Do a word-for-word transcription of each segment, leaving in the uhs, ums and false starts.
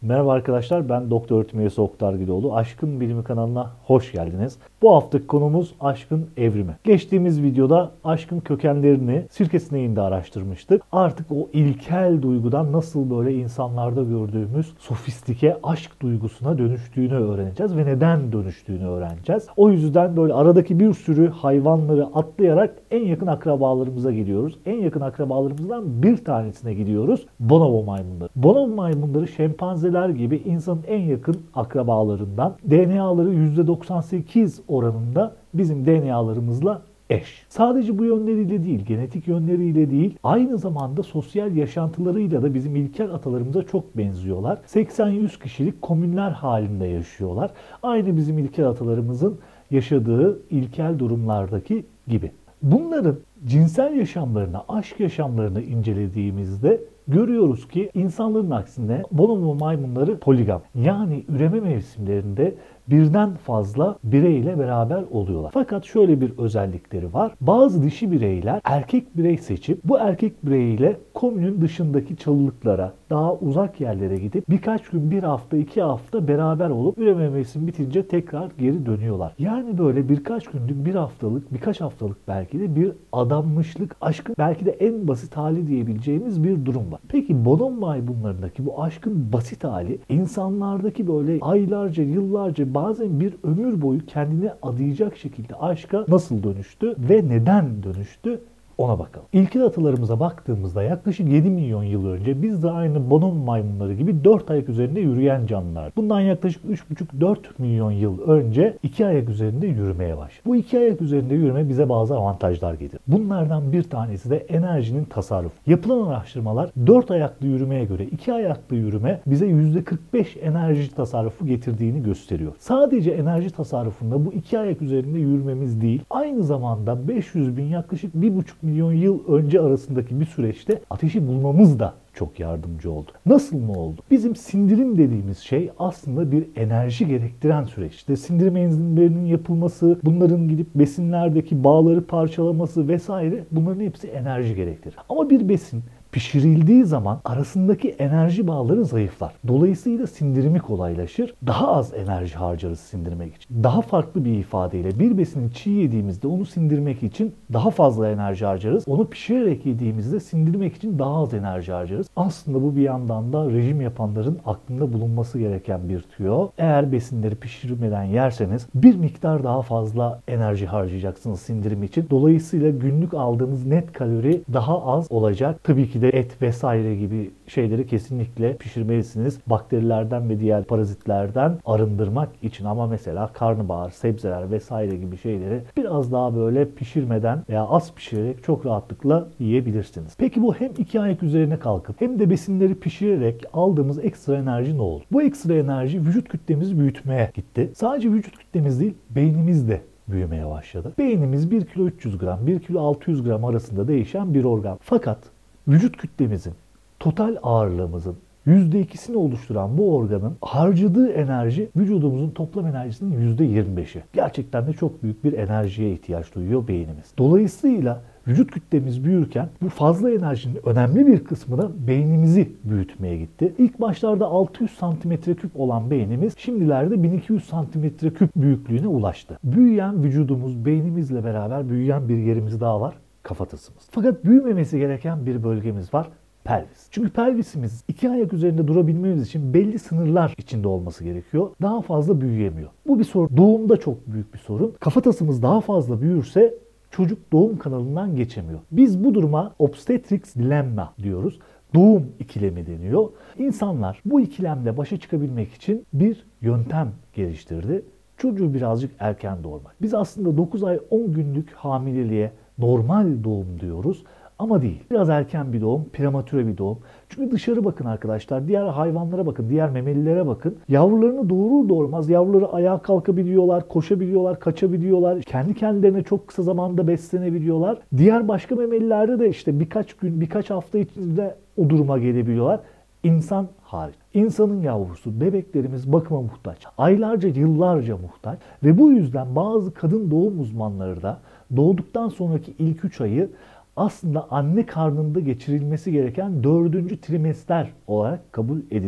Merhaba arkadaşlar, ben Doktor Öğretim Üyesi Oktar Güloğlu. Aşkın Bilimi kanalına hoş geldiniz. Bu haftaki konumuz aşkın evrimi. Geçtiğimiz videoda aşkın kökenlerini Sirkesineğin'de araştırmıştık. Artık o ilkel duygudan nasıl böyle insanlarda gördüğümüz sofistike aşk duygusuna dönüştüğünü öğreneceğiz ve neden dönüştüğünü öğreneceğiz. O yüzden böyle aradaki bir sürü hayvanları atlayarak en yakın akrabalarımıza gidiyoruz. En yakın akrabalarımızdan bir tanesine gidiyoruz. Bonobo maymunları. Bonobo maymunları şempanzeler gibi insanın en yakın akrabalarından. D N A'ları yüzde doksan sekiz oranında bizim D N A'larımızla eş. Sadece bu yönleriyle değil, genetik yönleriyle değil, aynı zamanda sosyal yaşantılarıyla da bizim ilkel atalarımıza çok benziyorlar. seksen yüz kişilik komünler halinde yaşıyorlar. Aynı bizim ilkel atalarımızın yaşadığı ilkel durumlardaki gibi. Bunların cinsel yaşamlarını, aşk yaşamlarını incelediğimizde görüyoruz ki insanların aksine bonobo maymunları poligam. Yani üreme mevsimlerinde birden fazla bireyle beraber oluyorlar. Fakat şöyle bir özellikleri var. Bazı dişi bireyler erkek birey seçip bu erkek bireyle komünün dışındaki çalılıklara, daha uzak yerlere gidip birkaç gün, bir hafta, iki hafta beraber olup üreme mevsimi bitince tekrar geri dönüyorlar. Yani böyle birkaç günlük, bir haftalık, birkaç haftalık belki de bir adanmışlık, aşkın belki de en basit hali diyebileceğimiz bir durum var. Peki bonobo maymunlarındaki bu aşkın basit hali insanlardaki böyle aylarca, yıllarca, bazen bir ömür boyu kendini adayacak şekilde aşka nasıl dönüştü ve neden dönüştü? Ona bakalım. İlkel atalarımıza baktığımızda yaklaşık yedi milyon yıl önce biz de aynı bonobo maymunları gibi dört ayak üzerinde yürüyen canlılar. Bundan yaklaşık üç buçuk dört milyon yıl önce iki ayak üzerinde yürümeye başladı. Bu iki ayak üzerinde yürüme bize bazı avantajlar getirdi. Bunlardan bir tanesi de enerjinin tasarrufu. Yapılan araştırmalar dört ayaklı yürümeye göre iki ayaklı yürüme bize yüzde kırk beş enerji tasarrufu getirdiğini gösteriyor. Sadece enerji tasarrufunda bu iki ayak üzerinde yürümemiz değil, aynı zamanda beş yüz bin yaklaşık bir buçuk milyon yıl önce arasındaki bir süreçte ateşi bulmamız da çok yardımcı oldu. Nasıl mı oldu? Bizim sindirim dediğimiz şey aslında bir enerji gerektiren süreç. İşte sindirim enzimlerinin yapılması, bunların gidip besinlerdeki bağları parçalaması vesaire, bunların hepsi enerji gerektirir. Ama bir besin pişirildiği zaman arasındaki enerji bağları zayıflar. Dolayısıyla sindirimi kolaylaşır. Daha az enerji harcarız sindirmek için. Daha farklı bir ifadeyle bir besini çiğ yediğimizde onu sindirmek için daha fazla enerji harcarız. Onu pişirerek yediğimizde sindirmek için daha az enerji harcarız. Aslında bu bir yandan da rejim yapanların aklında bulunması gereken bir tüyo. Eğer besinleri pişirmeden yerseniz bir miktar daha fazla enerji harcayacaksınız sindirim için. Dolayısıyla günlük aldığınız net kalori daha az olacak. Tabii ki de et vesaire gibi şeyleri kesinlikle pişirmelisiniz. Bakterilerden ve diğer parazitlerden arındırmak için. Ama mesela karnabahar, sebzeler vesaire gibi şeyleri biraz daha böyle pişirmeden veya az pişirerek çok rahatlıkla yiyebilirsiniz. Peki bu hem iki ayak üzerine kalkıp hem de besinleri pişirerek aldığımız ekstra enerji ne oldu? Bu ekstra enerji vücut kütlemizi büyütmeye gitti. Sadece vücut kütlemiz değil, beynimiz de büyümeye başladı. Beynimiz bir kilo üç yüz gram, bir kilo altı yüz gram arasında değişen bir organ. Fakat vücut kütlemizin, total ağırlığımızın yüzde ikisini oluşturan bu organın harcadığı enerji vücudumuzun toplam enerjisinin yüzde yirmi beşi. Gerçekten de çok büyük bir enerjiye ihtiyaç duyuyor beynimiz. Dolayısıyla vücut kütlemiz büyürken bu fazla enerjinin önemli bir kısmı da beynimizi büyütmeye gitti. İlk başlarda altı yüz santimetre küp olan beynimiz şimdilerde bin iki yüz santimetre küp büyüklüğüne ulaştı. Büyüyen vücudumuz, beynimizle beraber büyüyen bir yerimiz daha var. Kafatasımız. Fakat büyümemesi gereken bir bölgemiz var. Pelvis. Çünkü pelvisimiz iki ayak üzerinde durabilmemiz için belli sınırlar içinde olması gerekiyor. Daha fazla büyüyemiyor. Bu bir sorun. Doğumda çok büyük bir sorun. Kafatasımız daha fazla büyürse çocuk doğum kanalından geçemiyor. Biz bu duruma obstetrics dilemma diyoruz. Doğum ikilemi deniyor. İnsanlar bu ikilemle başa çıkabilmek için bir yöntem geliştirdi. Çocuğu birazcık erken doğurmak. Biz aslında dokuz ay on günlük hamileliğe normal doğum diyoruz ama değil. Biraz erken bir doğum, prematüre bir doğum. Çünkü dışarı bakın arkadaşlar, diğer hayvanlara bakın, diğer memelilere bakın. Yavrularını doğurur doğurmaz yavruları ayağa kalkabiliyorlar, koşabiliyorlar, kaçabiliyorlar. Kendi kendilerine çok kısa zamanda beslenebiliyorlar. Diğer başka memelilerde de işte birkaç gün, birkaç hafta içinde o duruma gelebiliyorlar. İnsan hariç. İnsanın yavrusu, bebeklerimiz bakıma muhtaç. Aylarca, yıllarca muhtaç. Ve bu yüzden bazı kadın doğum uzmanları da doğduktan sonraki ilk üç ayı aslında anne karnında geçirilmesi gereken dördüncü trimester olarak kabul ediliyor.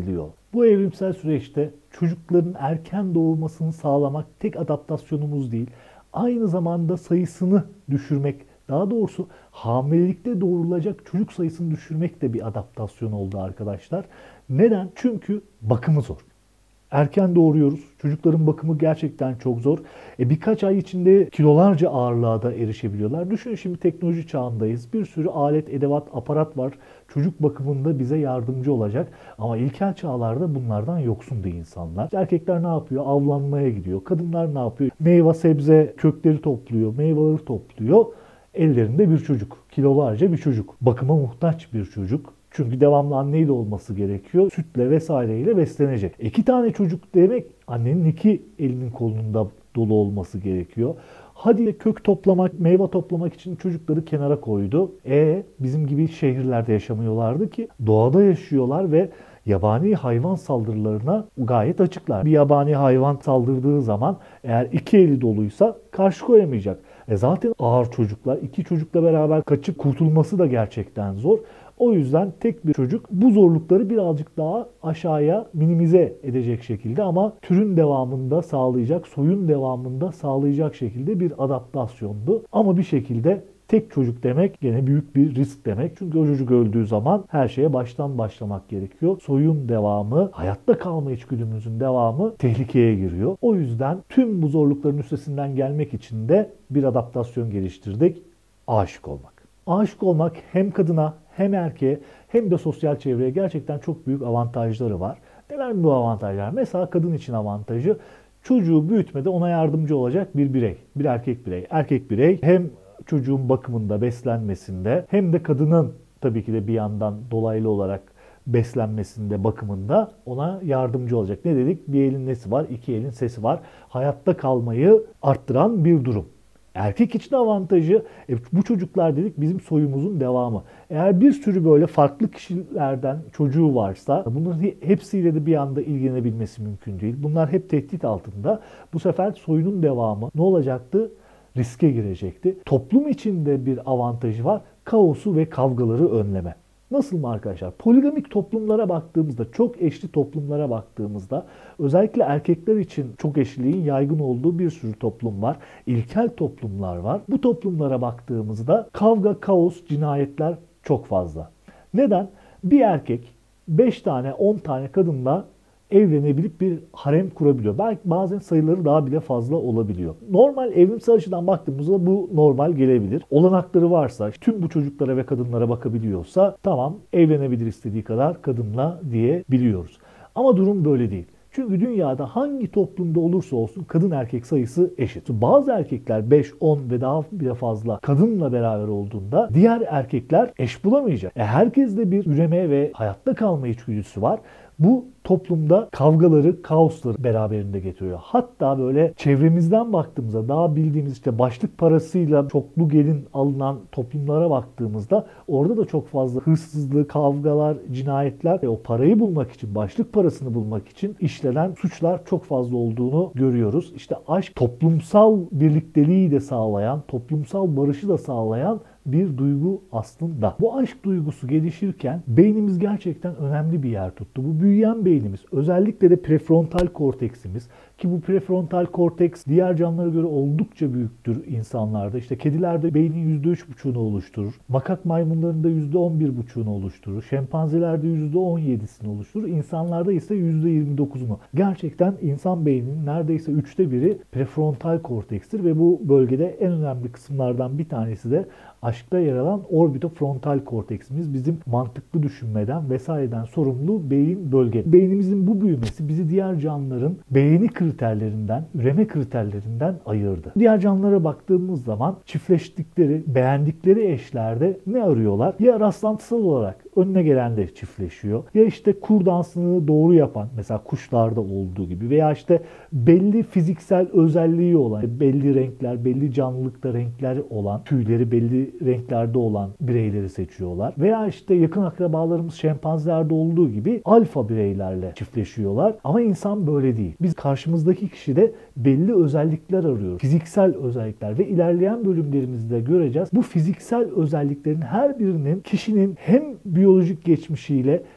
Bu evrimsel süreçte çocukların erken doğulmasını sağlamak tek adaptasyonumuz değil, aynı zamanda sayısını düşürmek, daha doğrusu hamilelikte doğurulacak çocuk sayısını düşürmek de bir adaptasyon oldu arkadaşlar. Neden? Çünkü bakımı zor. Erken doğuruyoruz. Çocukların bakımı gerçekten çok zor. E birkaç ay içinde kilolarca ağırlığa da erişebiliyorlar. Düşünün, şimdi teknoloji çağındayız. Bir sürü alet, edevat, aparat var. Çocuk bakımında bize yardımcı olacak. Ama ilkel çağlarda bunlardan yoksundu insanlar. Erkekler ne yapıyor? Avlanmaya gidiyor. Kadınlar ne yapıyor? Meyve, sebze, kökleri topluyor. Meyveleri topluyor. Ellerinde bir çocuk. Kilolarca bir çocuk. Bakıma muhtaç bir çocuk. Çünkü devamlı anneyle olması gerekiyor. Sütle vesaireyle beslenecek. İki tane çocuk demek, annenin iki elinin kolunda dolu olması gerekiyor. Hadi kök toplamak, meyve toplamak için çocukları kenara koydu. E bizim gibi şehirlerde yaşamıyorlardı ki, doğada yaşıyorlar ve yabani hayvan saldırılarına gayet açıklar. Bir yabani hayvan saldırdığı zaman eğer iki eli doluysa karşı koyamayacak. E zaten ağır çocuklar, iki çocukla beraber kaçıp kurtulması da gerçekten zor. O yüzden tek bir çocuk bu zorlukları birazcık daha aşağıya minimize edecek şekilde, ama türün devamında sağlayacak, soyun devamında sağlayacak şekilde bir adaptasyondu. Ama bir şekilde tek çocuk demek gene büyük bir risk demek. Çünkü o çocuk öldüğü zaman her şeye baştan başlamak gerekiyor. Soyun devamı, hayatta kalma içgüdümüzün devamı tehlikeye giriyor. O yüzden tüm bu zorlukların üstesinden gelmek için de bir adaptasyon geliştirdik. Aşık olmak. Aşık olmak hem kadına hem erkeğe hem de sosyal çevreye gerçekten çok büyük avantajları var. Neler bu avantajlar? Mesela kadın için avantajı, çocuğu büyütmede ona yardımcı olacak bir birey. Bir erkek birey. Erkek birey hem çocuğun bakımında, beslenmesinde, hem de kadının tabii ki de bir yandan dolaylı olarak beslenmesinde, bakımında ona yardımcı olacak. Ne dedik? Bir elin nesi var? İki elin sesi var. Hayatta kalmayı arttıran bir durum. Erkek için avantajı, e, bu çocuklar dedik bizim soyumuzun devamı. Eğer bir sürü böyle farklı kişilerden çocuğu varsa bunların hepsiyle de bir anda ilgilenebilmesi mümkün değil. Bunlar hep tehdit altında. Bu sefer soyunun devamı ne olacaktı? Riske girecekti. Toplum içinde bir avantajı var. Kaosu ve kavgaları önleme. Nasıl mı arkadaşlar? Poligamik toplumlara baktığımızda, çok eşli toplumlara baktığımızda, özellikle erkekler için çok eşliliğin yaygın olduğu bir sürü toplum var. İlkel toplumlar var. Bu toplumlara baktığımızda kavga, kaos, cinayetler çok fazla. Neden? Bir erkek beş tane, on tane kadınla evlenebilip bir harem kurabiliyor. Belki bazen sayıları daha bile fazla olabiliyor. Normal evrimsel açıdan baktığımızda bu normal gelebilir. Olanakları varsa, tüm bu çocuklara ve kadınlara bakabiliyorsa tamam, evlenebilir istediği kadar kadınla diyebiliyoruz. Ama durum böyle değil. Çünkü dünyada hangi toplumda olursa olsun kadın erkek sayısı eşit. Bazı erkekler beş, on ve daha bile fazla kadınla beraber olduğunda diğer erkekler eş bulamayacak. E herkes de bir üreme ve hayatta kalma içgüdüsü var. Bu toplumda kavgaları, kaosları beraberinde getiriyor. Hatta böyle çevremizden baktığımızda, daha bildiğimiz işte başlık parasıyla çoklu gelin alınan toplumlara baktığımızda orada da çok fazla hırsızlık, kavgalar, cinayetler ve o parayı bulmak için, başlık parasını bulmak için işlenen suçlar çok fazla olduğunu görüyoruz. İşte aşk toplumsal birlikteliği de sağlayan, toplumsal barışı da sağlayan bir duygu aslında. Bu aşk duygusu gelişirken beynimiz gerçekten önemli bir yer tuttu. Bu büyüyen beynimiz, özellikle de prefrontal korteksimiz, ki bu prefrontal korteks diğer canlılara göre oldukça büyüktür insanlarda. İşte kedilerde beynin yüzde üç buçuğunu oluşturur. Makak maymunlarında yüzde on bir buçuğunu oluşturur. Şempanzelerde yüzde on yedisini oluşturur. İnsanlarda ise yüzde yirmi dokuzunu. Gerçekten insan beyninin neredeyse üçte biri prefrontal kortekstir ve bu bölgede en önemli kısımlardan bir tanesi de aşkta yer alan orbitofrontal korteksimiz, bizim mantıklı düşünmeden vesaireden sorumlu beyin bölge. Beynimizin bu büyümesi bizi diğer canlıların beğeni kriterlerinden, üreme kriterlerinden ayırdı. Diğer canlılara baktığımız zaman çiftleştikleri, beğendikleri eşlerde ne arıyorlar? Ya rastlantısal olarak önüne gelen de çiftleşiyor. Ya işte kur dansını doğru yapan, mesela kuşlarda olduğu gibi, veya işte belli fiziksel özelliği olan, belli renkler, belli canlılıkta renkler olan, tüyleri belli renklerde olan bireyleri seçiyorlar. Veya işte yakın akrabalarımız şempanzelerde olduğu gibi alfa bireylerle çiftleşiyorlar. Ama insan böyle değil. Biz karşımızdaki kişide belli özellikler arıyoruz. Fiziksel özellikler ve ilerleyen bölümlerimizde göreceğiz. Bu fiziksel özelliklerin her birinin kişinin hem biyolojik geçmişiyle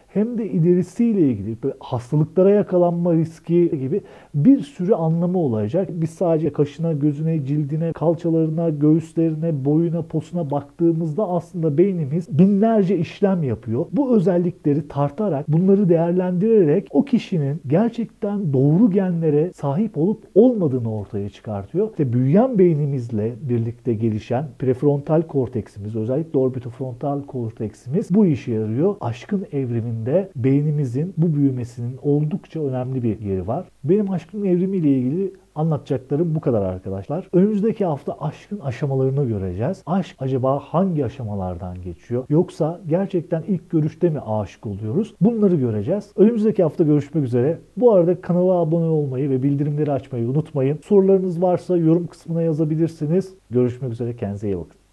hem de ilerisiyle ilgili böyle hastalıklara yakalanma riski gibi bir sürü anlamı olacak. Biz sadece kaşına, gözüne, cildine, kalçalarına, göğüslerine, boyuna, posuna baktığımızda aslında beynimiz binlerce işlem yapıyor. Bu özellikleri tartarak, bunları değerlendirerek o kişinin gerçekten doğru genlere sahip olup olmadığını ortaya çıkartıyor. İşte büyüyen beynimizle birlikte gelişen prefrontal korteksimiz, özellikle orbitofrontal korteksimiz bu işe yarıyor. Aşkın evriminde beynimizin bu büyümesinin oldukça önemli bir yeri var. Benim aşkın evrimi ile ilgili anlatacaklarım bu kadar arkadaşlar. Önümüzdeki hafta aşkın aşamalarını göreceğiz. Aşk acaba hangi aşamalardan geçiyor? Yoksa gerçekten ilk görüşte mi aşık oluyoruz? Bunları göreceğiz. Önümüzdeki hafta görüşmek üzere. Bu arada kanala abone olmayı ve bildirimleri açmayı unutmayın. Sorularınız varsa yorum kısmına yazabilirsiniz. Görüşmek üzere. Kendinize iyi bakın.